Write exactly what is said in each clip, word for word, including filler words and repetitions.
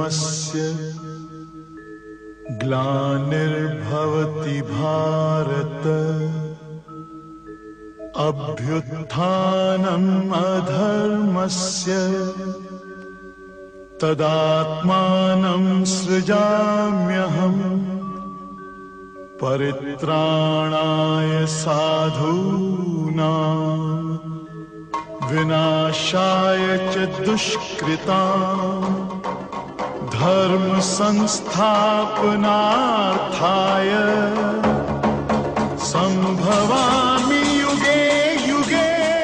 धर्मस्य ग्लानिर्भवति भारत अभ्युत्थानम् अधर्मस्य तदात्मानं सृजाम्यहम् परित्राणाय साधूनां विनाशाय च दुष्कृतां धर्म संस्थापनार्थाय संभवामि युगे युगे.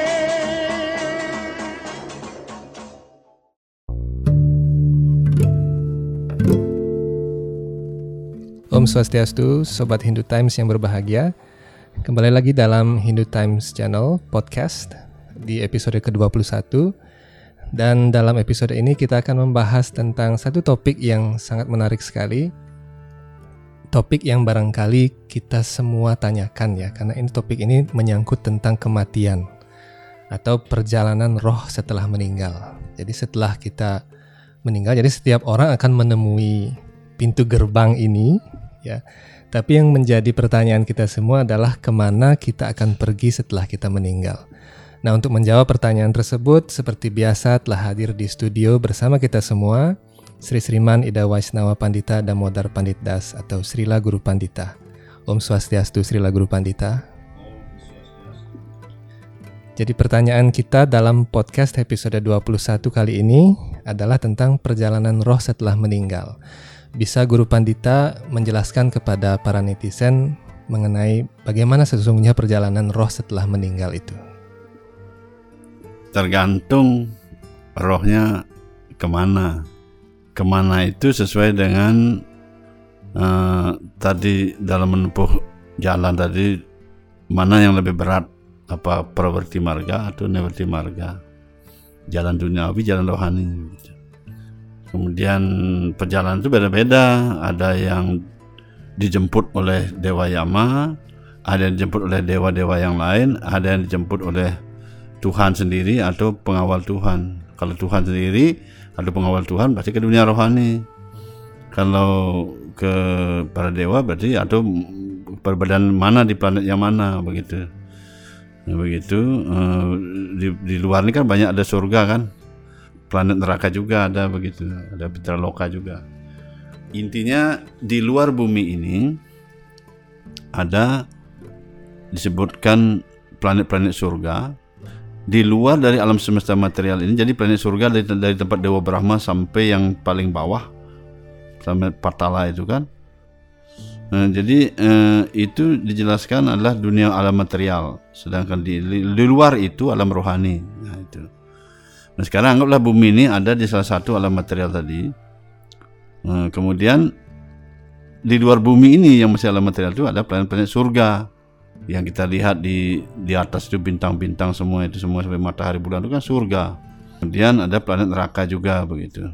Om Swastiastu, Sobat Hindu Times yang berbahagia. Kembali lagi dalam Hindu Times Channel Podcast di episode ke dua puluh satu. Dan dalam episode ini kita akan membahas tentang satu topik yang sangat menarik sekali. Topik yang barangkali kita semua tanyakan ya, karena ini topik ini menyangkut tentang kematian atau perjalanan roh setelah meninggal. Jadi setelah kita meninggal, jadi setiap orang akan menemui pintu gerbang ini ya. Tapi yang menjadi pertanyaan kita semua adalah kemana kita akan pergi setelah kita meninggal. Nah, untuk menjawab pertanyaan tersebut, seperti biasa telah hadir di studio bersama kita semua Sri Sriman Ida Waisnawa Pandita Damodar Pandit Das atau Srila Guru Pandita. Om Swastiastu Srila Guru Pandita. Jadi pertanyaan kita dalam podcast episode dua puluh satu kali ini adalah tentang perjalanan roh setelah meninggal. Bisa Guru Pandita menjelaskan kepada para netizen mengenai bagaimana sesungguhnya perjalanan roh setelah meninggal itu? Tergantung rohnya kemana. Kemana itu sesuai dengan uh, tadi dalam menempuh jalan tadi, mana yang lebih berat, apa pravarti marga atau nivarti marga, jalan duniawi, jalan rohani gitu. Kemudian perjalanan itu beda-beda, ada yang dijemput oleh Dewa Yama, ada yang dijemput oleh dewa-dewa yang lain, ada yang dijemput oleh Tuhan sendiri atau pengawal Tuhan. Kalau Tuhan sendiri atau pengawal Tuhan berarti ke dunia rohani. Kalau ke para dewa berarti atau perbedaan mana di planet yang mana begitu. Nah, begitu di, di luar ini kan banyak ada surga kan. Planet neraka juga ada begitu, ada Pitraloka juga. Intinya di luar bumi ini ada disebutkan planet-planet surga di luar dari alam semesta material ini. Jadi planet surga dari, dari tempat Dewa Brahma sampai yang paling bawah sampai Patala itu kan. Nah, jadi eh, itu dijelaskan adalah dunia alam material, sedangkan di, di luar itu alam rohani. Nah itu. Nah sekarang anggaplah bumi ini ada di salah satu alam material tadi. Nah, kemudian di luar bumi ini yang masih alam material itu ada planet-planet surga yang kita lihat di di atas itu bintang-bintang semua itu semua sampai matahari bulan itu kan surga. Kemudian ada planet neraka juga begitu.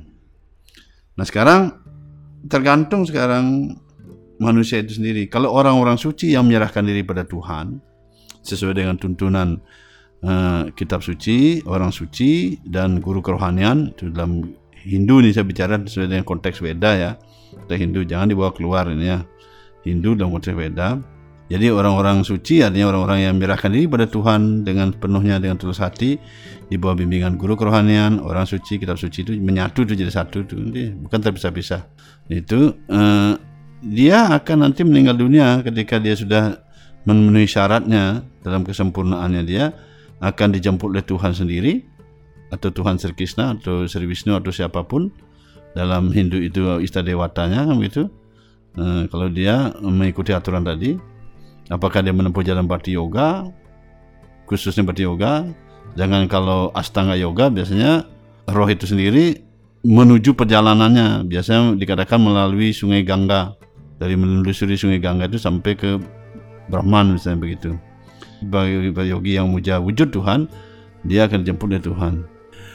Nah sekarang tergantung sekarang manusia itu sendiri. Kalau orang-orang suci yang menyerahkan diri pada Tuhan sesuai dengan tuntunan Uh, kitab suci, orang suci dan guru kerohanian itu dalam Hindu ini saya bicara sesuai dengan konteks Weda ya. Kita Hindu jangan dibawa keluar ini ya. Hindu dalam konteks Weda. Jadi orang-orang suci artinya orang-orang yang menyerahkan diri pada Tuhan dengan penuhnya dengan tulus hati di bawah bimbingan guru kerohanian, orang suci, kitab suci itu menyatu itu jadi satu itu, bukan terpisah-pisah. Itu uh, dia akan nanti meninggal dunia ketika dia sudah memenuhi syaratnya dalam kesempurnaannya dia akan dijemput oleh Tuhan sendiri atau Tuhan Sri Krishna atau Sri Wisnu atau siapapun. Dalam Hindu itu istadewatanya kan begitu. E, kalau dia mengikuti aturan tadi, apakah dia menempuh jalan Bhakti Yoga, khususnya Bhakti Yoga. Jangan kalau Astanga Yoga biasanya roh itu sendiri menuju perjalanannya. Biasanya dikatakan melalui Sungai Gangga, dari menelusuri Sungai Gangga itu sampai ke Brahman misalnya begitu. Bagi yogi yang muja wujud Tuhan, dia akan dijemput oleh Tuhan.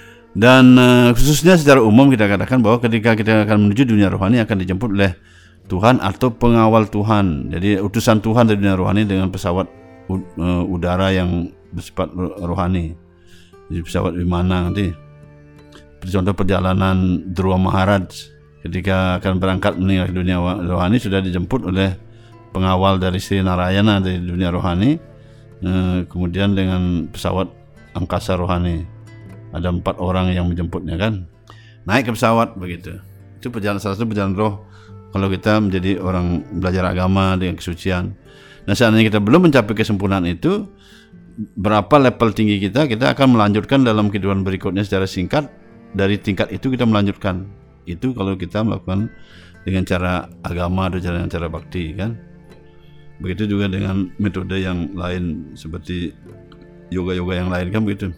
Dan uh, khususnya secara umum kita katakan bahwa ketika kita akan menuju dunia rohani akan dijemput oleh Tuhan atau pengawal Tuhan. Jadi utusan Tuhan dari dunia rohani dengan pesawat uh, udara yang bersifat rohani. Jadi pesawat Vimana nanti. Contoh perjalanan Dhruva Maharaj ketika akan berangkat meninggal dunia rohani sudah dijemput oleh pengawal dari Sri Narayana dari dunia rohani, eh, kemudian dengan pesawat angkasa rohani ada empat orang yang menjemputnya kan, naik ke pesawat begitu. Itu perjalanan salah satu perjalanan roh kalau kita menjadi orang belajar agama dengan kesucian. Nah, seandainya kita belum mencapai kesempurnaan itu, berapa level tinggi kita, kita akan melanjutkan dalam kehidupan berikutnya secara singkat. Dari tingkat itu kita melanjutkan. Itu kalau kita melakukan dengan cara agama atau dengan cara bakti kan. Begitu juga dengan metode yang lain seperti yoga-yoga yang lain kan begitu.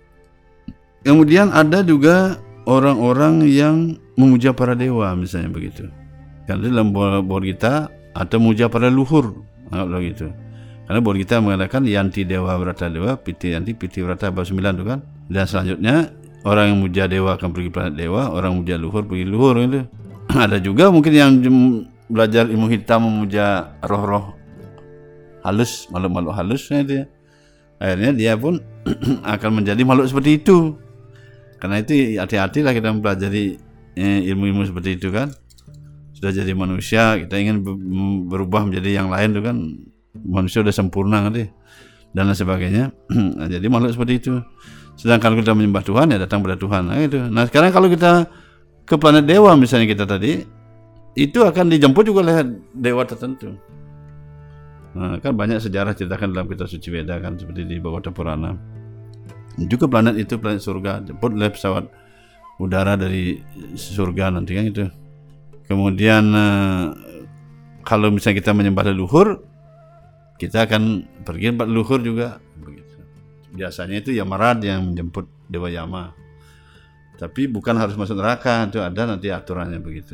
Kemudian ada juga orang-orang yang memuja para dewa misalnya begitu. Karena dalam Bhagavad Gita atau memuja para luhur, anggaplah gitu. Karena Bhagavad Gita mengatakan yanti dewa brata dewa, piti yanti piti brata bab sembilan itu kan. Dan selanjutnya orang yang memuja dewa akan pergi planet dewa, orang yang memuja luhur pergi luhur gitu. Ada juga mungkin yang belajar ilmu hitam memuja roh-roh halus, makhluk-makhluk halus gitu ya. Akhirnya dia pun akan menjadi makhluk seperti itu. Karena itu hati-hatilah kita mempelajari eh, ilmu-ilmu seperti itu kan. Sudah jadi manusia, kita ingin berubah menjadi yang lain tuh kan, manusia sudah sempurna kan deh, dan lain sebagainya. Nah, jadi makhluk seperti itu. Sedangkan kita menyembah Tuhan ya datang pada Tuhan. Nah, gitu. Nah sekarang kalau kita ke planet dewa misalnya kita tadi, itu akan dijemput juga oleh dewa tertentu. Nah, kan banyak sejarah ceritakan dalam kitab suci Veda kan, seperti di Bhagavata Purana. Juga planet itu planet surga, jemput oleh pesawat udara dari surga nanti kan itu. Kemudian kalau misalnya kita menyembah leluhur, kita akan pergi tempat leluhur juga begitu. Biasanya itu Yamarad yang menjemput Dewa Yama. Tapi bukan harus masuk neraka, itu ada nanti aturannya begitu.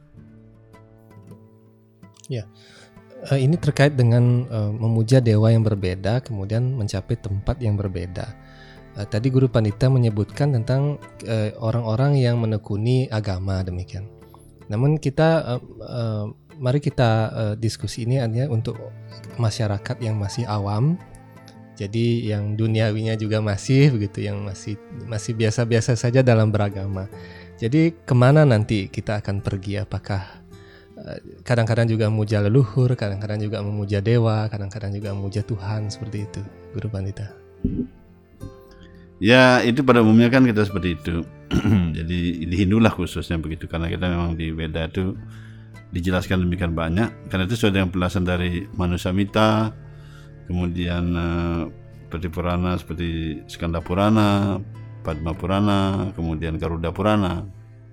Ya. Uh, ini terkait dengan uh, memuja dewa yang berbeda, kemudian mencapai tempat yang berbeda. Uh, tadi Guru Pandita menyebutkan tentang uh, orang-orang yang menekuni agama demikian. Namun kita, uh, uh, mari kita uh, diskusi ini artinya untuk masyarakat yang masih awam, jadi yang duniawinya juga masih begitu, yang masih masih biasa-biasa saja dalam beragama. Jadi kemana nanti kita akan pergi? Apakah uh, kadang-kadang juga memuja leluhur, kadang-kadang juga memuja dewa, kadang-kadang juga memuja Tuhan, seperti itu, Guru Pandita? Ya itu pada umumnya kan kita seperti itu. Jadi di Hindu lah khususnya begitu, karena kita memang di Veda itu dijelaskan demikian banyak. Karena itu sudah yang penjelasan dari Manusamhita, kemudian uh, seperti Purana seperti Skanda Purana, Padma Purana, kemudian Garuda Purana.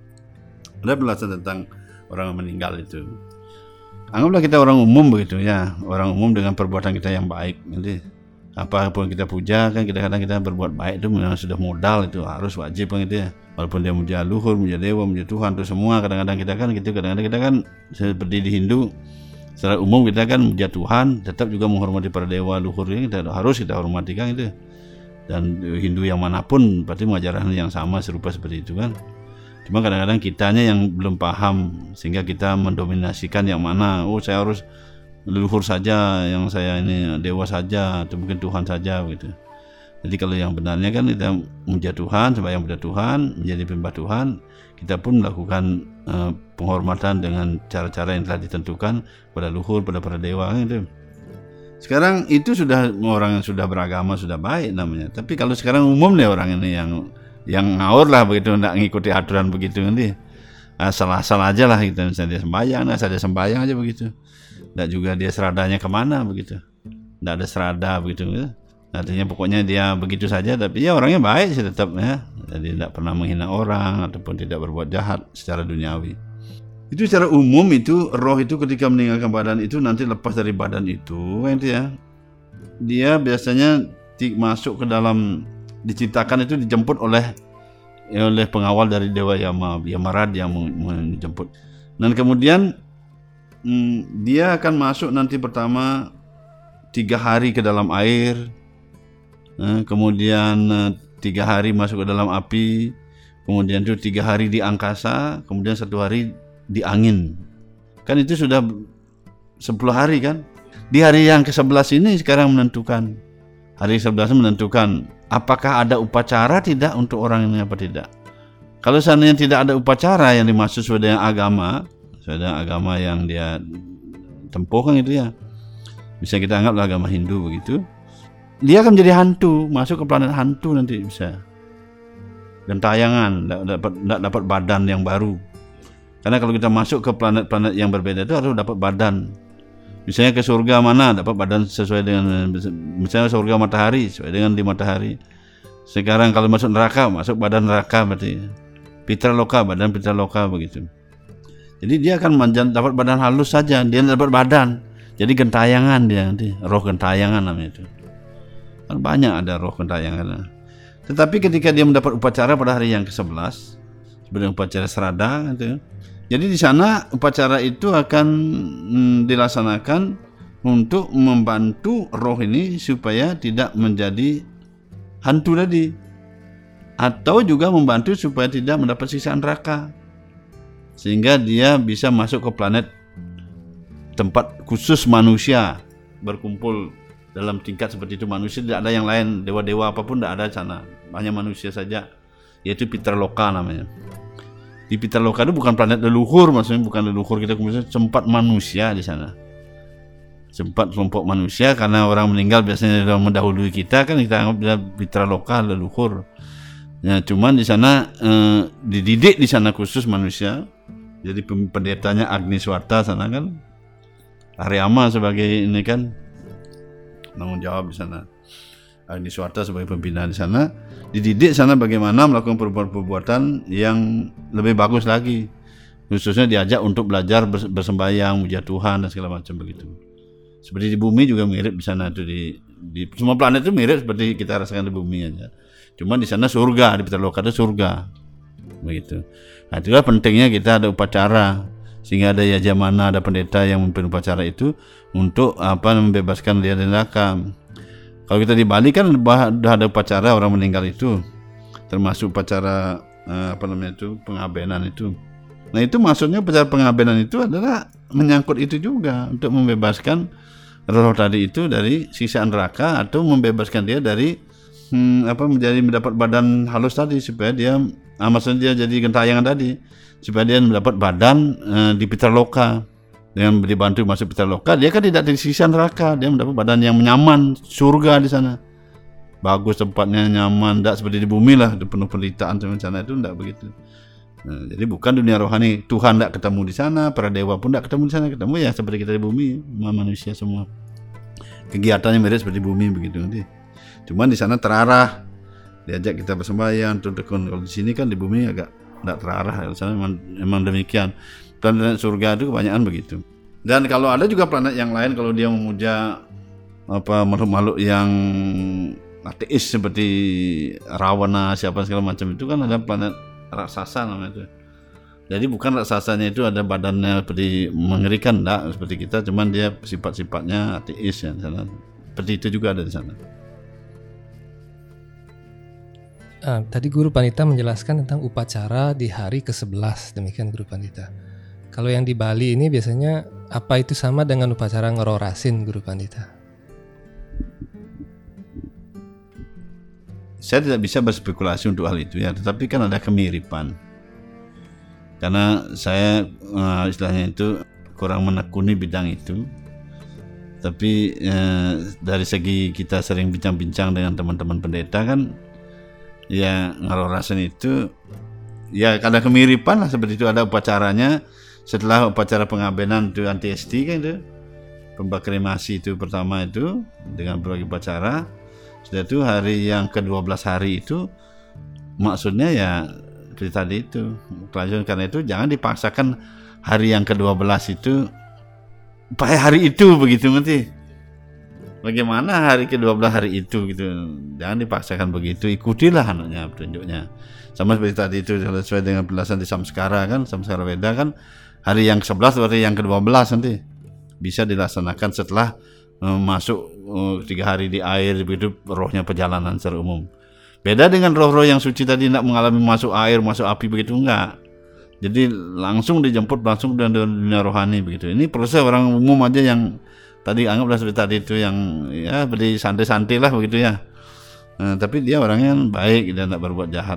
Ada penjelasan tentang orang yang meninggal itu. Anggaplah kita orang umum begitu ya, orang umum dengan perbuatan kita yang baik. Jadi apapun kita puja kan kadang-kadang kita berbuat baik itu memang sudah modal, itu harus wajib kan gitu ya. Walaupun dia muja luhur, muja dewa, muja Tuhan itu semua kadang-kadang kita kan gitu, kadang-kadang kita kan seperti di Hindu secara umum kita kan muja Tuhan, tetap juga menghormati para dewa luhur ini kita harus kita hormati kan itu. Dan Hindu yang manapun pasti mengajarkan yang sama serupa seperti itu kan. Cuma kadang-kadang kitanya yang belum paham sehingga kita mendominasikan yang mana. Oh saya harus leluhur saja, yang saya ini dewa saja, atau mungkin Tuhan saja gitu. Jadi kalau yang benarnya kan kita memuja Tuhan, sembahyang pada Tuhan, menjadi penyembah Tuhan, kita pun melakukan uh, penghormatan dengan cara-cara yang telah ditentukan pada luhur, pada para dewa gitu. Sekarang itu sudah orang yang sudah beragama sudah baik namanya. Tapi kalau sekarang umum nih orang ini yang yang ngawur lah begitu, tidak mengikuti aturan begitu nanti asal-asal aja lah gitu. Misalnya dia sembahyang, nah saya sembahyang aja begitu. Tidak juga dia seradanya kemana begitu, tidak ada serada begitu. Artinya pokoknya dia begitu saja, tapi ya orangnya baik sih tetap ya. Jadi tidak pernah menghina orang ataupun tidak berbuat jahat secara duniawi. Itu secara umum itu roh itu ketika meninggalkan badan itu nanti lepas dari badan itu, itu ya. Dia biasanya masuk ke dalam, diciptakan itu dijemput oleh ya, oleh pengawal dari Dewa Yama, Yamarad yang menjemput. Dan kemudian hmm, dia akan masuk nanti pertama tiga hari ke dalam air, eh, kemudian eh, tiga hari masuk ke dalam api, kemudian itu tiga hari di angkasa, kemudian satu hari di angin. Kan itu sudah sepuluh hari kan. Di hari yang ke sebelas ini sekarang menentukan, hari sebelas menentukan apakah ada upacara tidak untuk orang ini apa tidak. Kalau seandainya tidak ada upacara yang dimaksud sesuai dengan agama, sesuai dengan agama yang dia tempuh kan itu ya, bisa kita anggaplah agama Hindu begitu, dia akan menjadi hantu, masuk ke planet hantu nanti bisa. Gentayangan, tidak dapat, tidak dapat badan yang baru. Karena kalau kita masuk ke planet-planet yang berbeda itu harus dapat badan. Misalnya ke surga mana dapat badan sesuai dengan, misalnya surga matahari sesuai dengan di matahari. Sekarang kalau masuk neraka, masuk badan neraka berarti. Pitra loka, badan pitra loka begitu. Jadi dia akan dapat badan halus saja, dia dapat badan. Jadi gentayangan dia nanti, roh gentayangan namanya itu. Kan banyak ada roh gentayangan. Tetapi ketika dia mendapat upacara pada hari yang kesebelas, sebenarnya upacara serada gitu. Jadi di sana upacara itu akan mm, dilaksanakan untuk membantu roh ini supaya tidak menjadi hantu tadi, atau juga membantu supaya tidak mendapat siksa neraka, sehingga dia bisa masuk ke planet tempat khusus manusia berkumpul dalam tingkat seperti itu. Manusia tidak ada yang lain, dewa-dewa apapun tidak ada di sana, hanya manusia saja, yaitu Pitra Loka namanya. Di Pitra Loka itu bukan planet leluhur, maksudnya bukan leluhur kita, kemudian sempat manusia di sana, sempat kelompok manusia, karena orang meninggal biasanya sudah mendahului kita kan, kita anggap dia Pitra Loka leluhur. Ya, cuman di sana eh, dididik di sana khusus manusia. Jadi pendetanya Agniswarta sana kan, Aryama sebagai ini kan tanggung jawab di sana. Agniswarta sebagai pembina di sana, dididik sana bagaimana melakukan perbuatan-perbuatan yang lebih bagus lagi. Khususnya diajak untuk belajar bersembahyang, muja Tuhan dan segala macam begitu. Seperti di bumi juga mirip di sana tuh, di, di semua planet itu mirip seperti kita rasakan di bumi aja. Cuma di sana surga, di Pitra Loka itu surga. Begitu. Nah, itulah pentingnya kita ada upacara, sehingga ada yajamana, ada pendeta yang memimpin upacara itu untuk apa membebaskan dia dari neraka. Kalau kita di Bali kan sudah ada upacara orang meninggal itu, termasuk upacara eh, apa namanya itu pengabenan itu. Nah, itu maksudnya upacara pengabenan itu adalah menyangkut itu juga untuk membebaskan roh tadi itu dari siksa neraka, atau membebaskan dia dari Hmm, apa menjadi mendapat badan halus tadi, supaya dia ah, maksudnya dia jadi gentayangan tadi, supaya dia mendapat badan eh, di Pitra Loka. Dengan dibantu masuk Pitra Loka, dia kan tidak disiksa neraka, dia mendapat badan yang nyaman, surga di sana. Bagus tempatnya, nyaman, tidak seperti di bumi lah, penuh penderitaan di sana itu, tidak begitu. Nah, jadi bukan dunia rohani, Tuhan tidak ketemu di sana, para dewa pun tidak ketemu di sana, ketemu ya seperti kita di bumi, manusia semua. Kegiatannya mirip seperti bumi begitu nanti. Cuman di sana terarah, diajak kita bersembahyang, untuk tekun. Kalau di sini kan di bumi agak tidak terarah, di sana memang, memang demikian. Planet surga itu kebanyakan begitu. Dan kalau ada juga planet yang lain, kalau dia memuja apa makhluk-makhluk yang ateis seperti Rawana, siapa segala macam itu, kan ada planet raksasa namanya itu. Jadi bukan raksasanya itu ada badannya seperti mengerikan, enggak seperti kita, cuman dia sifat-sifatnya ateis ya di sana. Seperti itu juga ada di sana. Ah, tadi Guru Pandita menjelaskan tentang upacara di hari kesebelas, demikian Guru Pandita. Kalau yang di Bali ini biasanya apa itu sama dengan upacara ngerorasin, Guru Pandita? Saya tidak bisa berspekulasi untuk hal itu ya, tetapi kan ada kemiripan. Karena saya uh, istilahnya itu kurang menekuni bidang itu. Tapi uh, dari segi kita sering bincang-bincang dengan teman-teman pendeta kan, ya ngerorasin itu ya ada kemiripan lah seperti itu. Ada upacaranya setelah upacara pengabenan itu antiesti kan itu, pembakremasi itu pertama itu dengan berbagai upacara. Sudah itu hari yang kedua belas hari itu maksudnya ya seperti tadi itu kelanjutan. Karena itu jangan dipaksakan hari yang kedua belas itu pakai hari itu begitu nanti. Bagaimana hari kedua belas hari itu gitu, jangan dipaksakan begitu, ikutilah anaknya petunjuknya. Sama seperti tadi itu sesuai dengan penjelasan di Samskara kan, Samskara Weda kan, hari yang sebelas berarti yang kedua belas nanti bisa dilaksanakan setelah um, masuk um, tiga hari di air begitu, rohnya perjalanan secara umum. Beda dengan roh-roh yang suci tadi tidak mengalami masuk air, masuk api begitu, enggak. Jadi langsung dijemput langsung dengan dunia rohani begitu. Ini proses orang umum aja yang tadi anggaplah seperti tadi itu yang ya beri santai-santai lah begitu ya. Nah, tapi dia orangnya baik dan tidak berbuat jahat.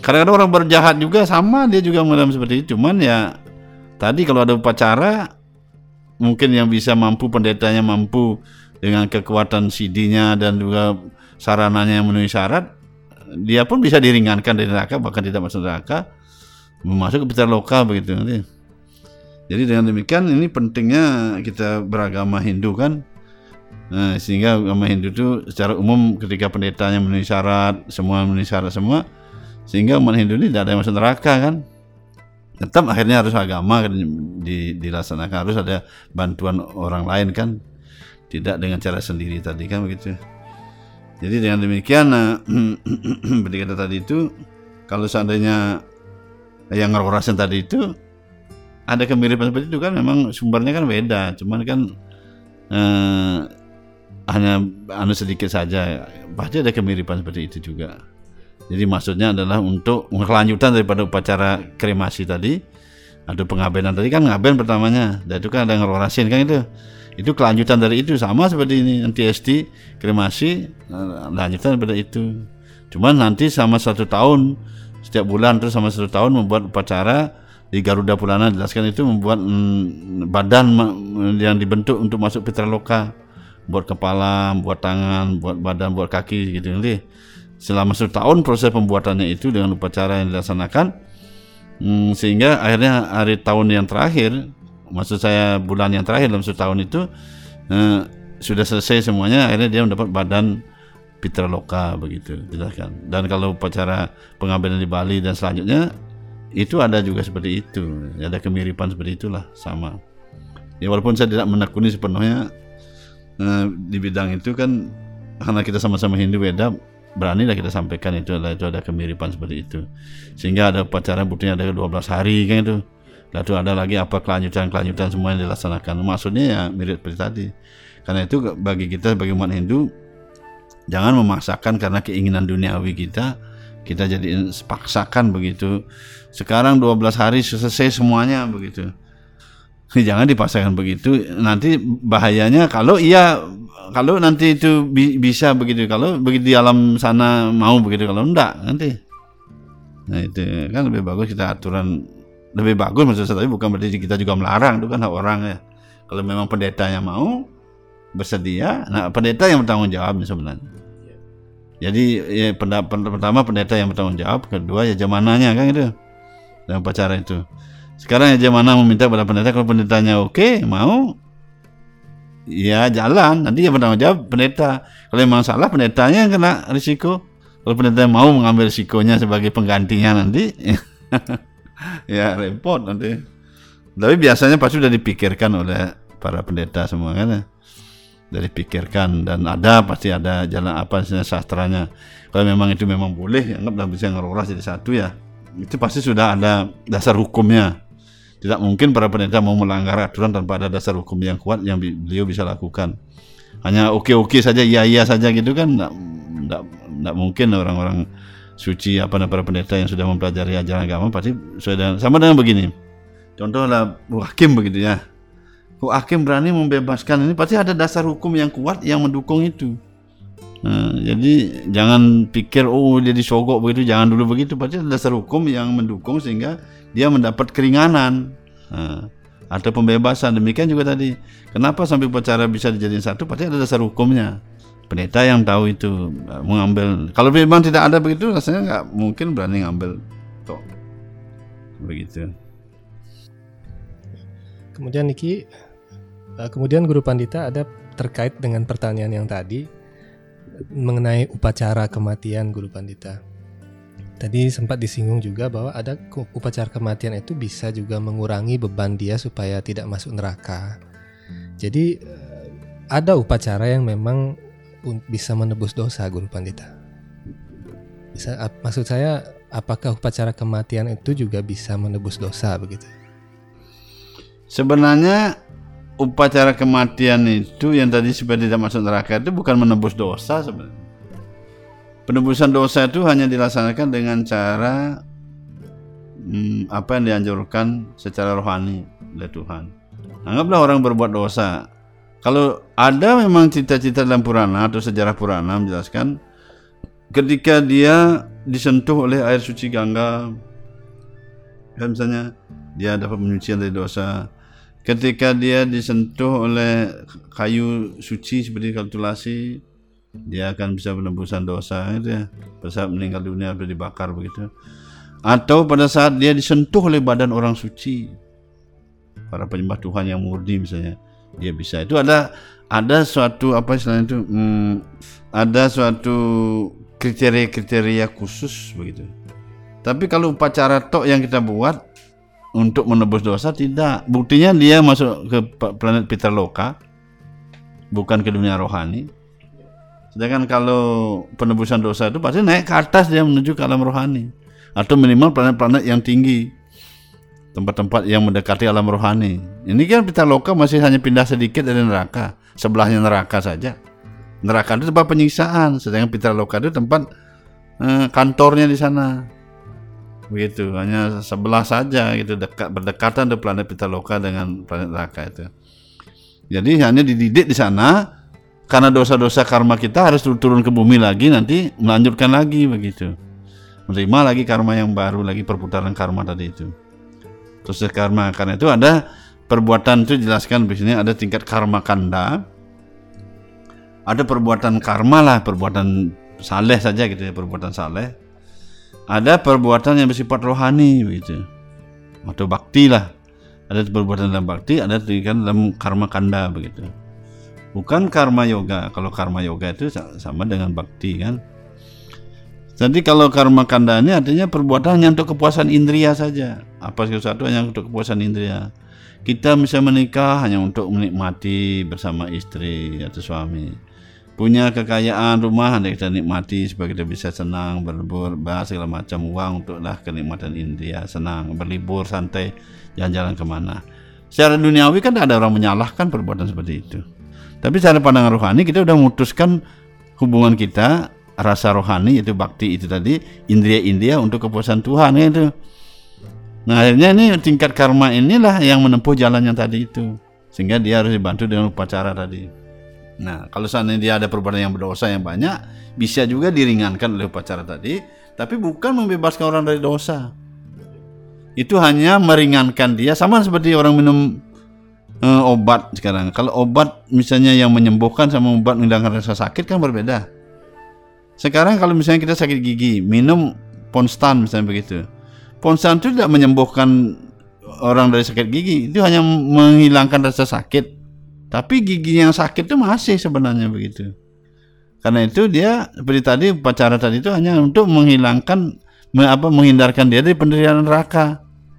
Kadang-kadang orang berjahat juga sama, dia juga mengalami seperti itu. Cuman ya tadi kalau ada upacara, mungkin yang bisa mampu, pendetanya mampu dengan kekuatan C D-nya dan juga sarananya yang memenuhi syarat, dia pun bisa diringankan dari neraka, bahkan tidak masuk neraka, masuk ke pitaloka begitu. Jadi dengan demikian ini pentingnya kita beragama Hindu kan. Nah, sehingga agama Hindu itu secara umum ketika pendetanya memenuhi syarat, semua memenuhi syarat semua, sehingga umat Hindu ini tidak ada yang masuk neraka kan. Tetap akhirnya harus agama di, dilaksanakan, harus ada bantuan orang lain kan, tidak dengan cara sendiri tadi kan begitu. Jadi dengan demikian seperti kata tadi itu, kalau seandainya yang ngerorasin tadi itu ada kemiripan seperti itu kan, memang sumbernya kan beda, cuman kan eh, hanya anu sedikit saja, pasti ada kemiripan seperti itu juga. Jadi maksudnya adalah untuk kelanjutan daripada upacara kremasi tadi atau pengabenan tadi kan, ngaben pertamanya, dan itu kan ada ngerorasin kan, itu itu kelanjutan dari itu, sama seperti ini nanti S T kremasi lanjutan daripada itu. Cuman nanti sama satu tahun setiap bulan, terus sama satu tahun membuat upacara di Garuda Purana jelaskan itu, membuat mm, badan yang dibentuk untuk masuk pitaloka, buat kepala, buat tangan, buat badan, buat kaki gitu nanti. Selama satu tahun proses pembuatannya itu dengan upacara yang dilaksanakan, hmm, sehingga akhirnya hari tahun yang terakhir, maksud saya bulan yang terakhir dalam satu tahun itu eh, sudah selesai semuanya, akhirnya dia mendapat badan pitaloka begitu jelaskan. Dan kalau upacara pengabenan di Bali dan selanjutnya itu ada juga seperti itu, ada kemiripan seperti itulah sama. Ya walaupun saya tidak menekuni sepenuhnya eh, di bidang itu kan, karena kita sama-sama Hindu beda, beranilah kita sampaikan itu adalah itu ada kemiripan seperti itu, sehingga ada upacara buktinya ada dua belas hari kan itu, lalu ada lagi apa kelanjutan-kelanjutan semua yang dilaksanakan. Maksudnya ya mirip seperti tadi. Karena itu bagi kita sebagai umat Hindu, jangan memaksakan karena keinginan duniawi kita, kita jadi paksakan begitu. Sekarang dua belas hari selesai semuanya begitu. Jangan dipaksakan begitu, nanti bahayanya kalau iya, kalau nanti itu bi- bisa begitu, kalau begitu di alam sana mau begitu, kalau enggak nanti. Nah itu kan lebih bagus kita aturan, lebih bagus maksud saya, tapi bukan berarti kita juga melarang, itu kan hak orang ya. Kalau memang pendetanya mau bersedia, nah pendeta yang bertanggung jawab sebenarnya. Jadi ya, pertama pendeta yang bertanggung jawab, kedua ya jamananya kan itu dalam upacara itu. Sekarang ya jamaah meminta kepada pendeta, kalau pendetanya oke, okay, mau, ya jalan, nanti yang bertanggung jawab pendeta. Kalau memang salah, pendetanya yang kena risiko. Kalau pendeta mau mengambil risikonya sebagai penggantinya nanti, ya repot nanti. Tapi biasanya pasti sudah dipikirkan oleh para pendeta semua kan, ya. Sudah dipikirkan dan ada pasti ada jalan apa sastranya. Kalau memang itu memang boleh, anggaplah bisa ngeroras jadi satu ya. Itu pasti sudah ada dasar hukumnya. Tidak mungkin para pendeta mau melanggar aturan tanpa ada dasar hukum yang kuat yang beliau bisa lakukan. Hanya oke-oke saja, iya-iya saja gitu kan, tidak, tidak, tidak mungkin orang-orang suci apa para pendeta yang sudah mempelajari ajaran agama pasti sudah sama dengan begini. Contohlah hakim begitu ya. Hakim berani membebaskan ini, pasti ada dasar hukum yang kuat yang mendukung itu. Nah, jadi jangan pikir oh dia disogok begitu, jangan dulu begitu, pasti ada dasar hukum yang mendukung sehingga dia mendapat keringanan, nah, atau pembebasan. Demikian juga tadi, kenapa sampai upacara bisa dijadikan satu, pasti ada dasar hukumnya. Pendeta yang tahu itu mengambil. Kalau memang tidak ada begitu, rasanya nggak mungkin berani ngambil toh begitu. Kemudian Niki, kemudian Guru Pandita ada terkait dengan pertanyaan yang tadi mengenai upacara kematian Guru Pandita. Tadi sempat disinggung juga bahwa ada upacara kematian itu bisa juga mengurangi beban dia supaya tidak masuk neraka. Jadi ada upacara yang memang bisa menebus dosa Guru Pandita. Bisa, maksud saya apakah upacara kematian itu juga bisa menebus dosa begitu? Sebenarnya upacara kematian itu yang tadi supaya tidak masuk neraka itu bukan menebus dosa sebenarnya. Penebusan dosa itu hanya dilaksanakan dengan cara hmm, apa yang dianjurkan secara rohani oleh Tuhan. Anggaplah orang berbuat dosa. Kalau ada memang cita-cita dalam Purana atau sejarah Purana menjelaskan ketika dia disentuh oleh air suci Gangga, kan misalnya dia dapat penyucian dari dosa. Ketika dia disentuh oleh kayu suci seperti kayu tulasi, dia akan bisa penembusan dosa gitu ya. Pada saat meninggal dunia sudah dibakar begitu. Atau pada saat dia disentuh oleh badan orang suci, para penyembah Tuhan yang murni misalnya, dia bisa. Itu ada ada suatu apa istilahnya itu, hmm, ada suatu kriteria-kriteria khusus begitu. Tapi kalau upacara tok yang kita buat untuk menebus dosa tidak. Buktinya dia masuk ke planet Pitaloka, bukan ke dunia rohani. Sedangkan kalau penebusan dosa itu pasti naik ke atas, dia menuju ke alam rohani, atau minimal planet-planet yang tinggi, tempat-tempat yang mendekati alam rohani. Ini kan Pitaloka masih hanya pindah sedikit dari neraka, sebelahnya neraka saja. Neraka itu tempat penyiksaan, sedangkan Pitaloka itu tempat eh, kantornya di sana. Begitu, hanya sebelah saja gitu, dekat berdekatan di planet Pitaloka dengan planet neraka itu. Jadi hanya dididik di sana. Karena dosa-dosa karma kita harus turun ke bumi lagi, nanti melanjutkan lagi begitu, menerima lagi karma yang baru lagi, perputaran karma tadi itu. Terus karma, karena itu ada perbuatan itu dijelaskan di sini, ada tingkat karma kanda, ada perbuatan karma lah, perbuatan saleh saja gitu ya, perbuatan saleh. Ada perbuatan yang bersifat rohani begitu, atau bakti lah. Ada perbuatan dalam bakti, ada tingkat dalam karma kanda begitu. Bukan karma yoga. Kalau karma yoga itu sama dengan bakti kan. Jadi kalau karma kanda ini artinya perbuatan hanya untuk kepuasan indria saja. Apa sesuatu hanya untuk kepuasan indria. Kita bisa menikah hanya untuk menikmati bersama istri atau suami. Punya kekayaan rumah hanya kita nikmati supaya kita bisa senang, berlibur, bahas segala macam uang untuklah kenikmatan indria, senang, berlibur, santai, jalan-jalan kemana. Secara duniawi kan ada orang menyalahkan perbuatan seperti itu. Tapi secara pandangan rohani kita sudah memutuskan hubungan kita, rasa rohani itu bakti itu tadi, indria-indria untuk kepuasan Tuhan ya itu. Nah akhirnya ini tingkat karma inilah yang menempuh jalan yang tadi itu, sehingga dia harus dibantu dengan upacara tadi. Nah kalau seandainya dia ada perbuatan yang berdosa yang banyak, bisa juga diringankan oleh upacara tadi, tapi bukan membebaskan orang dari dosa. Itu hanya meringankan dia, sama seperti orang minum Uh, obat sekarang. Kalau obat misalnya yang menyembuhkan sama obat menghilangkan rasa sakit kan berbeda. Sekarang kalau misalnya kita sakit gigi, minum Ponstan misalnya begitu. Ponstan itu tidak menyembuhkan orang dari sakit gigi, itu hanya menghilangkan rasa sakit. Tapi gigi yang sakit itu masih sebenarnya begitu. Karena itu dia seperti tadi upacara tadi itu hanya untuk menghilangkan apa menghindarkan dia dari penderitaan neraka.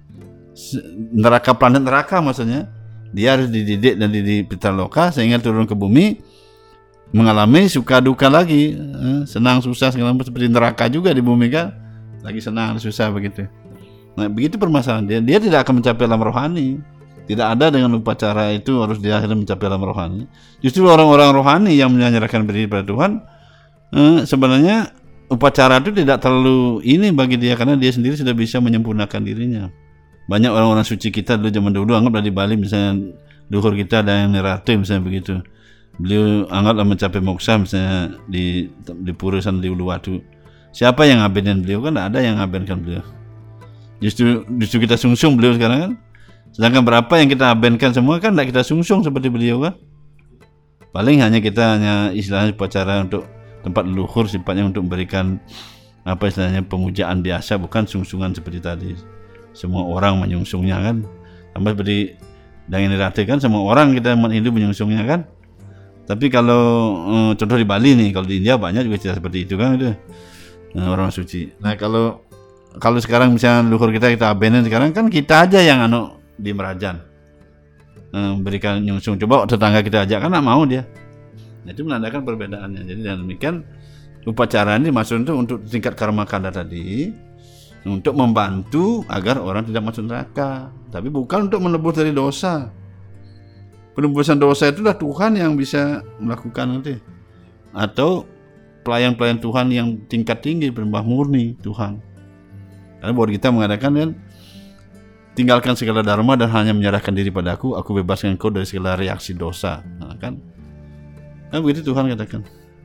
Neraka planet neraka maksudnya. Dia harus dididik dan dididik Pitaloka sehingga turun ke bumi mengalami suka duka lagi, senang susah segala macam seperti neraka juga di bumi kan, lagi senang susah begitu. Nah begitu permasalahan dia, dia tidak akan mencapai alam rohani. Tidak ada dengan upacara itu harus dia akhirnya mencapai alam rohani. Justru orang-orang rohani yang menyerahkan diri pada Tuhan, eh, sebenarnya upacara itu tidak terlalu ini bagi dia karena dia sendiri sudah bisa menyempurnakan dirinya. Banyak orang-orang suci kita dulu zaman dulu anggaplah di Bali misalnya luhur kita ada yang Nerate misalnya begitu. Beliau anggaplah mencapai moksa misalnya di di pura sana di Uluwatu. Siapa yang ngabenin beliau kan? Tidak ada yang ngabenkan beliau. Justru justru kita sungsung beliau sekarang kan. Sedangkan berapa yang kita abenkan semua kan tidak kita sungsung seperti beliau kan. Paling hanya kita hanya istilahnya upacara untuk tempat leluhur sifatnya untuk memberikan apa istilahnya pemujaan biasa, bukan sungsungan seperti tadi. Semua orang menyungsungnya kan, sama seperti Dang Nerate kan semua orang kita umat Hindu menyungsungnya kan. Tapi kalau eh, contoh di Bali nih, kalau di India banyak juga cerita seperti itu kan itu nah, orang suci. Nah kalau kalau sekarang misalnya luhur kita kita abenin sekarang kan kita aja yang anu di Merajan eh, berikan nyungsung. Coba tetangga kita ajak kan nggak mau dia. Nah, itu menandakan perbedaannya. Jadi dengan demikian upacara ini maksud itu untuk tingkat karma kanda tadi, untuk membantu agar orang tidak masuk neraka, tapi bukan untuk menebus dari dosa. Penebusan dosa itulah Tuhan yang bisa melakukan nanti, atau pelayan-pelayan Tuhan yang tingkat tinggi, penyembah murni Tuhan. Karena buat kita mengatakan kan, tinggalkan segala dharma dan hanya menyerahkan diri padaku, aku bebaskan kau dari segala reaksi dosa. Nah, kan, kan begitu Tuhan katakan.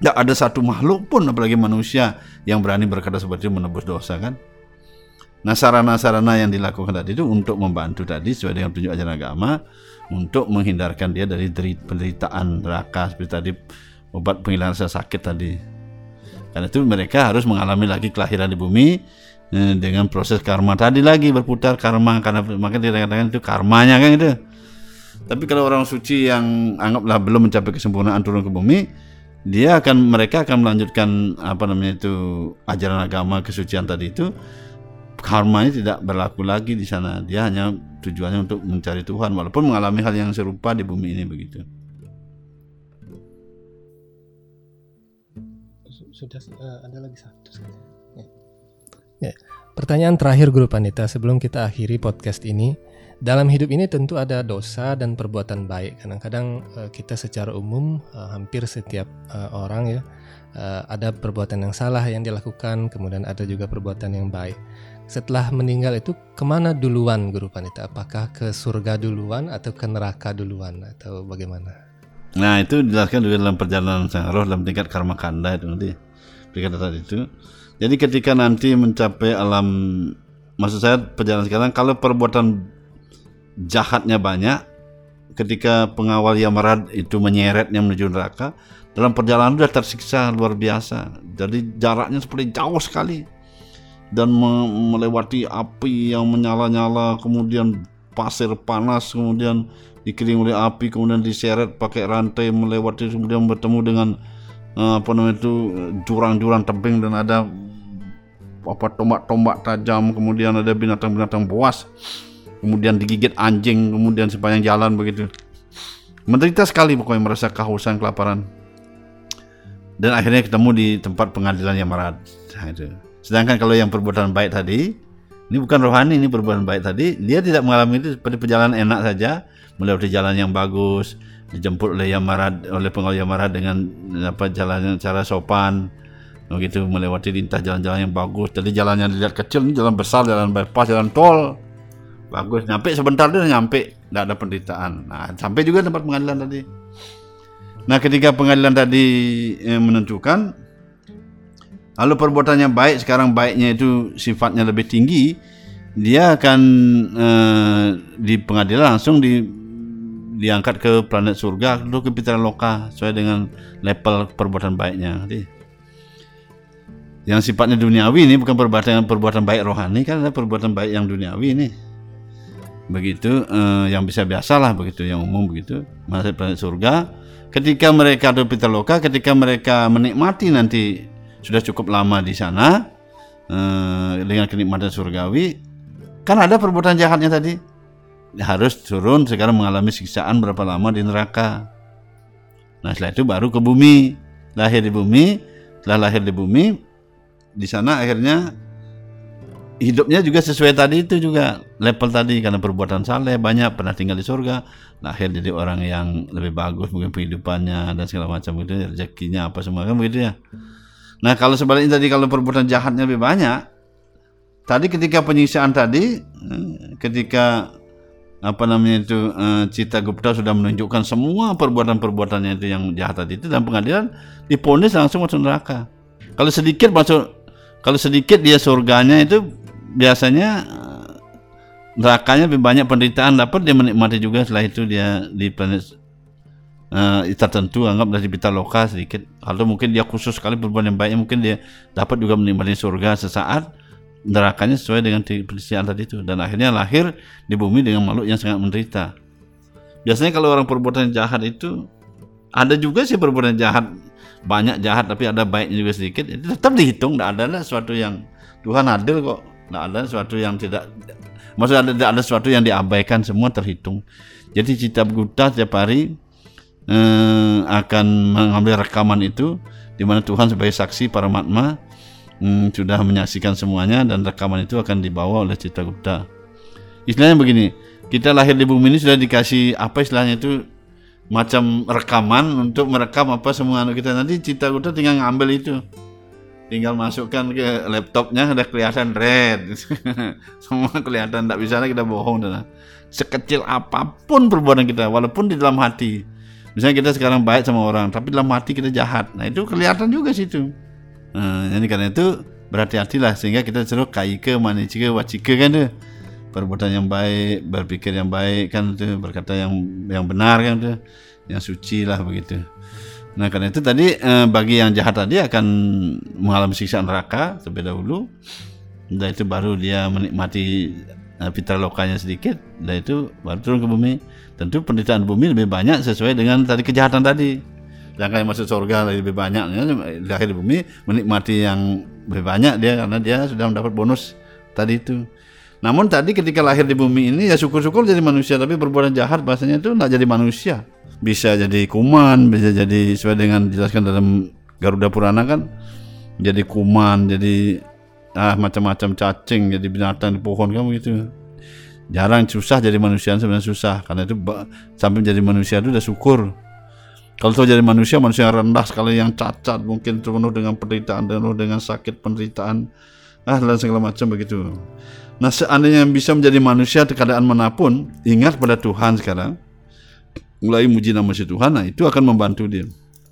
Tidak ada satu makhluk pun, apalagi manusia, yang berani berkata seperti itu menebus dosa kan. Nah, sarana-sarana yang dilakukan tadi itu untuk membantu tadi sesuai dengan petunjuk ajaran agama, untuk menghindarkan dia dari penderitaan neraka, seperti tadi obat penghilangan rasa sakit tadi. Karena itu mereka harus mengalami lagi kelahiran di bumi eh, dengan proses karma tadi lagi, berputar karma, karena makanya dikatakan itu karmanya kan itu. Tapi kalau orang suci yang anggaplah belum mencapai kesempurnaan turun ke bumi, dia akan mereka akan melanjutkan apa namanya itu ajaran agama kesucian tadi itu. Karmanya tidak berlaku lagi di sana. Dia hanya tujuannya untuk mencari Tuhan, walaupun mengalami hal yang serupa di bumi ini begitu. Sudah uh, ada lagi satu sekali. Ya. Ya. Pertanyaan terakhir Guru Pandita sebelum kita akhiri podcast ini. Dalam hidup ini tentu ada dosa dan perbuatan baik. Kadang-kadang uh, kita secara umum uh, hampir setiap uh, orang ya uh, ada perbuatan yang salah yang dilakukan, kemudian ada juga perbuatan yang baik. Setelah meninggal itu kemana duluan Guru Pandita? Apakah ke surga duluan atau ke neraka duluan atau bagaimana? Nah, itu dijelaskan juga dalam perjalanan sang roh dalam tingkat karma kanda itu nanti. Tingkat tadi itu. Jadi ketika nanti mencapai alam, maksud saya perjalanan sekarang, kalau perbuatan jahatnya banyak, ketika pengawal Yamarad itu menyeretnya menuju neraka, dalam perjalanan sudah tersiksa luar biasa. Jadi jaraknya seperti jauh sekali. Dan melewati api yang menyala-nyala, kemudian pasir panas, kemudian dikelilingi oleh api, kemudian diseret pakai rantai, melewati, kemudian bertemu dengan uh, apa namanya itu jurang-jurang tebing, dan ada apa tombak-tombak tajam, kemudian ada binatang-binatang buas, kemudian digigit anjing, kemudian sepanjang jalan begitu. Menderita sekali pokoknya, merasa kehausan, kelaparan. Dan akhirnya ketemu di tempat pengadilan Yamarad. Nah, itu. Sedangkan kalau yang perbuatan baik tadi, ini bukan rohani, ini perbuatan baik tadi, dia tidak mengalami itu, seperti perjalanan enak saja, melewati jalan yang bagus, dijemput oleh Yamarad, oleh pengawal Yamarad dengan apa jalannya cara sopan, begitu, melewati lintas jalan-jalan yang bagus. Jadi jalannya dilihat kecil, ini jalan besar, jalan bypass, jalan tol, bagus. Nyampe sebentar dia nyampe, tidak ada penderitaan. Nah, sampai juga tempat pengadilan tadi. Nah, ketika pengadilan tadi eh, menentukan, lalu perbuatannya baik, sekarang baiknya itu sifatnya lebih tinggi, dia akan eh, di pengadilan langsung di, diangkat ke planet surga, lalu ke Pitaloka sesuai dengan level perbuatan baiknya. Jadi, yang sifatnya duniawi ini bukan perbuatan perbuatan baik rohani, kan ada perbuatan baik yang duniawi ini. Begitu eh, yang bisa biasalah begitu, yang umum begitu, masuk planet surga. Ketika mereka di Pitaloka, ketika mereka menikmati nanti sudah cukup lama di sana eh, dengan kenikmatan surgawi, kan ada perbuatan jahatnya tadi, harus turun sekarang mengalami siksaan berapa lama di neraka. Nah, setelah itu baru ke bumi, lahir di bumi. Setelah lahir di bumi, di sana akhirnya hidupnya juga sesuai tadi itu juga level tadi, karena perbuatan saleh banyak, pernah tinggal di surga, lahir jadi orang yang lebih bagus mungkin kehidupannya dan segala macam itu, rezekinya apa semua kan begitu ya. Nah, kalau sebaliknya tadi, kalau perbuatan jahatnya lebih banyak, tadi ketika penyiksaan tadi, ketika apa namanya itu Citragupta sudah menunjukkan semua perbuatan-perbuatannya itu yang jahat tadi itu, dalam pengadilan diponis langsung masuk neraka. Kalau sedikit masuk, kalau sedikit dia surganya itu biasanya nerakanya lebih banyak penderitaan dapat, dia menikmati juga setelah itu dia di planet Uh, tertentu, anggaplah di Pitaloka sedikit, atau mungkin dia khusus sekali perbuatan yang baiknya, mungkin dia dapat juga menikmati surga sesaat, nerakanya sesuai dengan perisian tadi itu, dan akhirnya lahir di bumi dengan makhluk yang sangat menderita. Biasanya kalau orang perbuatan jahat itu, ada juga sih perbuatan jahat, banyak jahat tapi ada baiknya juga sedikit, itu tetap dihitung. Tidak ada sesuatu yang Tuhan adil kok, tidak ada sesuatu yang tidak, maksudnya tidak ada sesuatu yang diabaikan, semua terhitung. Jadi Citragupta setiap hari Eh, akan mengambil rekaman itu, di mana Tuhan sebagai saksi para Mahatma hmm, sudah menyaksikan semuanya, dan rekaman itu akan dibawa oleh Citragupta. Istilahnya begini, kita lahir di bumi ini sudah dikasih apa istilahnya itu, macam rekaman untuk merekam apa semua kita. Nanti Citragupta tinggal ngambil itu, tinggal masukkan ke laptopnya, sudah kelihatan red semua kelihatan, tidak bisa lagi kita bohong. Dan sekecil apapun perbuatan kita, walaupun di dalam hati, Misalnya kita sekarang baik sama orang, tapi dalam hati kita jahat. Nah itu kelihatan juga situ. Nah, jadi karena itu berhati-hatilah sehingga kita suruh kaike, manicike, wacike kan tuh. Perbuatan yang baik, berpikir yang baik kan tuh, berkata yang yang benar kan tuh, yang suci lah begitu. Nah karena itu tadi eh, bagi yang jahat tadi akan mengalami siksa neraka terlebih dahulu. Dan itu baru dia menikmati eh, fitra lokanya sedikit, dan itu baru turun ke bumi. Tentu penderitaan bumi lebih banyak sesuai dengan tadi kejahatan tadi. Sedangkan yang masuk surga lebih banyak, ya, lahir di bumi menikmati yang lebih banyak dia karena dia sudah mendapat bonus tadi itu. Namun tadi ketika lahir di bumi ini ya syukur-syukur jadi manusia, tapi berbuat jahat bahasanya itu tidak jadi manusia. Bisa jadi kuman, bisa jadi sesuai dengan dijelaskan dalam Garuda Purana kan, jadi kuman, jadi ah macam-macam cacing, jadi binatang di pohon kan begitu. Jarang, susah jadi manusia, sebenarnya susah. Karena itu sampai jadi manusia itu udah syukur. Kalau tuh jadi manusia, manusia yang rendah sekali, yang cacat, mungkin penuh dengan penderitaan, penuh dengan sakit penderitaan, ah dan segala macam begitu. Nah seandainya bisa menjadi manusia di keadaan manapun, ingat pada Tuhan sekarang, mulai muji nama si Tuhan, nah itu akan membantu dia.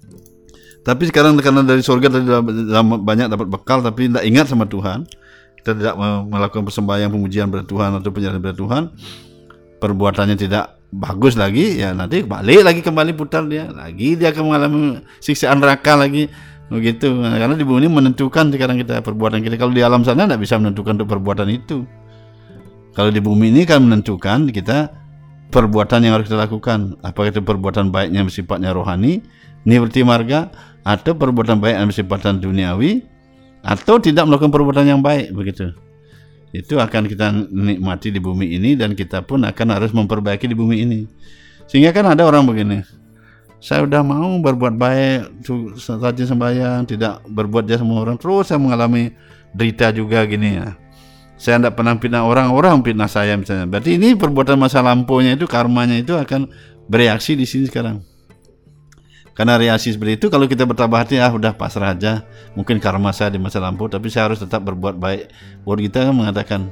Tapi sekarang karena dari surga tadi banyak dapat bekal, tapi tidak ingat sama Tuhan, kita tidak melakukan persembahyaan pemujian pada Tuhan atau penyerahan pada Tuhan, perbuatannya tidak bagus lagi, ya nanti balik lagi kembali putar dia, lagi dia akan mengalami siksaan neraka lagi, begitu. Nah, karena di bumi ini menentukan sekarang kita perbuatan kita. Kalau di alam sana tidak bisa menentukan untuk perbuatan itu. Kalau di bumi ini kan menentukan kita perbuatan yang harus kita lakukan. Apakah itu perbuatan baiknya sifatnya rohani, nirvati marga, atau perbuatan baik yang sifatnya duniawi, atau tidak melakukan perbuatan yang baik begitu. Itu akan kita nikmati di bumi ini, dan kita pun akan harus memperbaiki di bumi ini. Sehingga kan ada orang begini, saya udah mau berbuat baik, rajin sembahyang, tidak berbuat jahat sama orang, terus saya mengalami derita juga gini ya. Saya tidak pernah fitnah orang, orang fitnah saya misalnya. Berarti ini perbuatan masa lampaunya itu, karmanya itu akan bereaksi di sini sekarang. Karena reaksi seperti itu, kalau kita bertabah hati, ah udah pasrah aja, mungkin karma saya di masa lampau, tapi saya harus tetap berbuat baik. Buat kita kan mengatakan,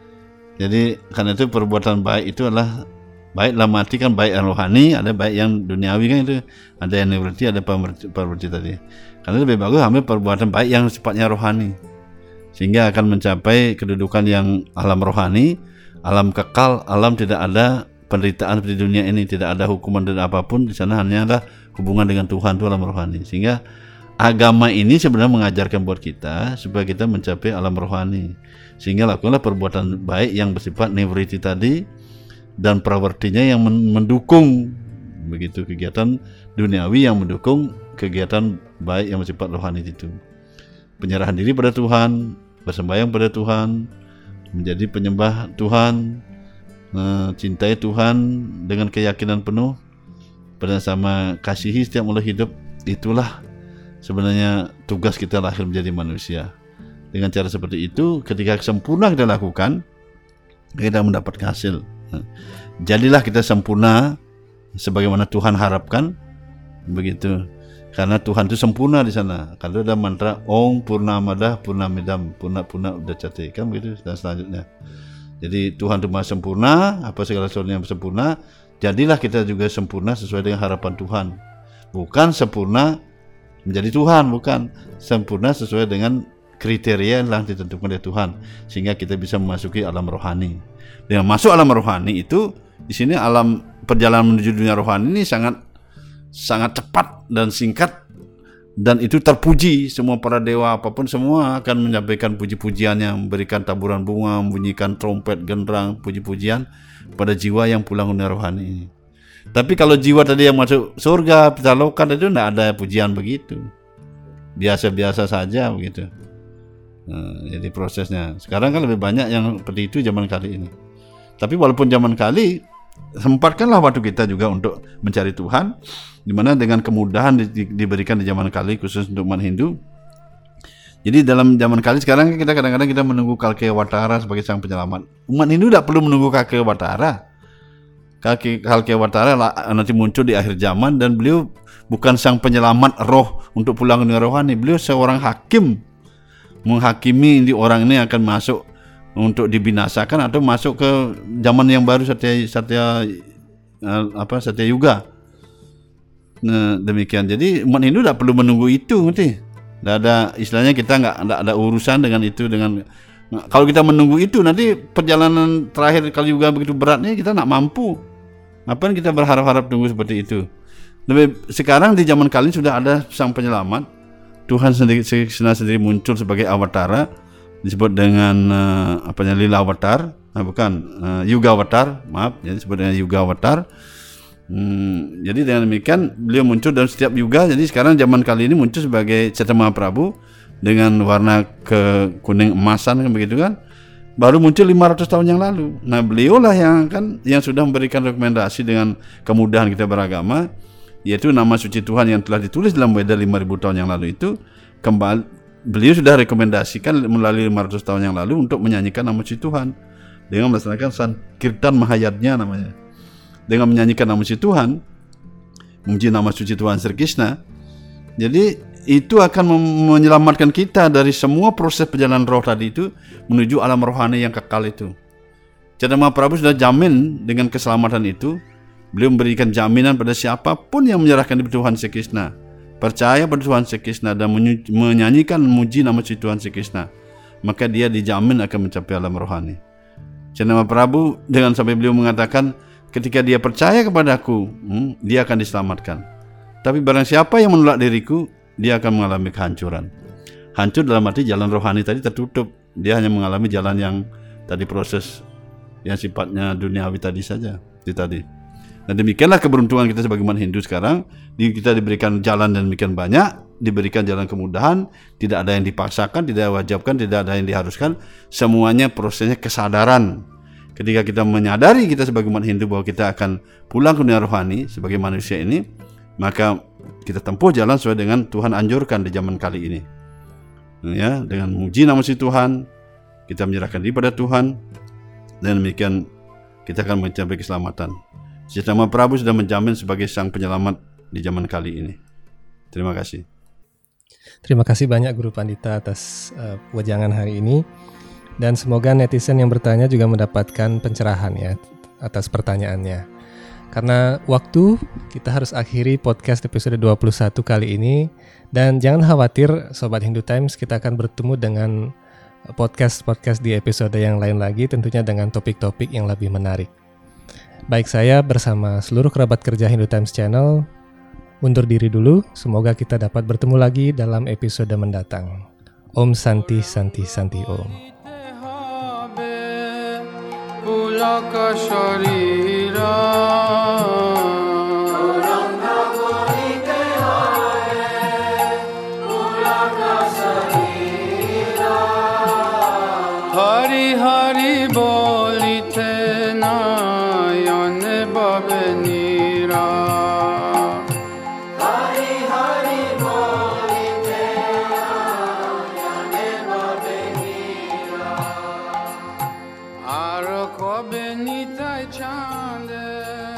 jadi karena itu perbuatan baik itu adalah baik dalam arti kan baik yang rohani, ada baik yang duniawi kan itu, ada yang nirvati, ada parvati tadi. Karena lebih bagus ambil perbuatan baik yang sifatnya rohani, sehingga akan mencapai kedudukan yang alam rohani, alam kekal, alam tidak ada penderitaan seperti dunia ini, tidak ada hukuman dan apapun di sana, hanya ada hubungan dengan Tuhan, itu alam rohani. Sehingga agama ini sebenarnya mengajarkan buat kita supaya kita mencapai alam rohani, sehingga lakukanlah perbuatan baik yang bersifat nirvati tadi, dan prawartinya yang mendukung begitu kegiatan duniawi yang mendukung kegiatan baik yang bersifat rohani itu. Penyerahan diri pada Tuhan, bersembahyang pada Tuhan, menjadi penyembah Tuhan, mencintai Tuhan dengan keyakinan penuh, bersama kasihi setiap makhluk hidup. Itulah sebenarnya tugas kita lahir menjadi manusia. Dengan cara seperti itu, ketika sempurna kita lakukan, kita mendapat hasil. Jadilah kita sempurna sebagaimana Tuhan harapkan, begitu. Karena Tuhan itu sempurna di sana. Kalau ada mantra Om Purnamada Purnamidam Purna Purna Udacate, kan begitu, dan selanjutnya. Jadi Tuhan itu maha sempurna, apa segala sesuatu yang sempurna. Jadilah kita juga sempurna sesuai dengan harapan Tuhan. Bukan sempurna menjadi Tuhan, bukan. Sempurna sesuai dengan kriteria yang ditentukan oleh Tuhan, sehingga kita bisa memasuki alam rohani. Dengan masuk alam rohani itu, di sini alam perjalanan menuju dunia rohani ini sangat sangat cepat dan singkat, dan itu terpuji. Semua para dewa apapun semua akan menyampaikan puji-pujiannya, memberikan taburan bunga, membunyikan trompet, genderang, puji-pujian pada jiwa yang pulang ke dunia rohani ini. Tapi kalau jiwa tadi yang masuk surga, pitalokan, itu tidak ada pujian begitu, biasa-biasa saja begitu. Nah, jadi prosesnya sekarang kan lebih banyak yang seperti itu zaman kali ini. Tapi walaupun zaman kali, sempatkanlah waktu kita juga untuk mencari Tuhan, dimana dengan kemudahan di, di, diberikan di zaman kali khusus untuk umat Hindu. Jadi dalam zaman kali sekarang kita kadang-kadang kita menunggu Kalkewatara sebagai sang penyelamat. Umat Hindu tidak perlu menunggu Kalkewatara. Kalkewatara nanti muncul di akhir zaman, dan beliau bukan sang penyelamat roh untuk pulang ke dunia rohani. Beliau seorang hakim, menghakimi ini orang ini akan masuk untuk dibinasakan atau masuk ke zaman yang baru, Satya Satya apa Satya Yuga. Nah, demikian. Jadi umat Hindu tidak perlu menunggu itu, ngerti? Tidak ada istilahnya kita nggak ada, ada urusan dengan itu dengan nah, kalau kita menunggu itu nanti perjalanan terakhir kali juga begitu beratnya kita nggak mampu. Ngapain kita berharap-harap tunggu seperti itu? Lebih sekarang di zaman kali sudah ada sang penyelamat. Tuhan sendiri sendiri muncul sebagai awatara disebut dengan uh, apa namanya lila avatar, nah, bukan uh, yuga avatar, maaf, jadi disebut dengan yuga avatar. Hmm, jadi dengan demikian beliau muncul dalam setiap yuga. Jadi sekarang zaman kali ini muncul sebagai Chaitanya Mahaprabhu dengan warna ke kuning emasan kan begitu kan. Baru muncul lima ratus tahun yang lalu. Nah, beliaulah yang kan yang sudah memberikan rekomendasi dengan kemudahan kita beragama, yaitu nama suci Tuhan yang telah ditulis dalam Weda lima ribu tahun yang lalu itu kembali beliau sudah rekomendasikan melalui lima ratus tahun yang lalu untuk menyanyikan nama suci Tuhan dengan melaksanakan Sankirtan Mahayatnya namanya. Dengan menyanyikan nama suci Tuhan, memuji nama suci Tuhan Sri Krishna. Jadi itu akan menyelamatkan kita dari semua proses perjalanan roh tadi itu menuju alam rohani yang kekal itu. Chaitanya Mahaprabhu sudah jamin dengan keselamatan itu. Beliau memberikan jaminan pada siapapun yang menyerahkan diri Tuhan Sri Krishna, percaya pada Tuhan Sri Krishna dan menyanyikan memuji nama suci Tuhan Sri Krishna, maka dia dijamin akan mencapai alam rohani. Chaitanya Mahaprabhu dengan sampai beliau mengatakan, ketika dia percaya kepadaku, hmm, dia akan diselamatkan. Tapi barang siapa yang menolak diriku, dia akan mengalami kehancuran. Hancur dalam arti jalan rohani tadi tertutup. Dia hanya mengalami jalan yang tadi proses yang sifatnya duniawi tadi saja. Itu tadi. Nah, demikianlah keberuntungan kita sebagai umat Hindu sekarang. Kita diberikan jalan dan demikian banyak, diberikan jalan kemudahan, tidak ada yang dipaksakan, tidak diwajibkan, tidak ada yang diharuskan. Semuanya prosesnya kesadaran. Ketika kita menyadari kita sebagai umat Hindu bahwa kita akan pulang ke dunia rohani sebagai manusia ini, maka kita tempuh jalan sesuai dengan Tuhan anjurkan di zaman kali ini. Ya, dengan memuji nama suci Tuhan, kita menyerahkan diri pada Tuhan, dan demikian kita akan mencapai keselamatan. Chaitanya Mahaprabhu sudah menjamin sebagai sang penyelamat di zaman kali ini. Terima kasih. Terima kasih banyak Guru Pandita atas uh, wejangan hari ini. Dan semoga netizen yang bertanya juga mendapatkan pencerahan ya atas pertanyaannya. Karena waktu, kita harus akhiri podcast episode dua puluh satu kali ini. Dan jangan khawatir Sobat Hindu Times, kita akan bertemu dengan podcast-podcast di episode yang lain lagi, tentunya dengan topik-topik yang lebih menarik. Baik, saya bersama seluruh kerabat kerja Hindu Times Channel undur diri dulu. Semoga kita dapat bertemu lagi dalam episode mendatang. Om Santi Santi Santi Om. Pulaka sharira Puranga boite hai Pulaka sharira Hari hari bolite nayane babenira Hari hari bolite nayane babenira Aro ko benitai chande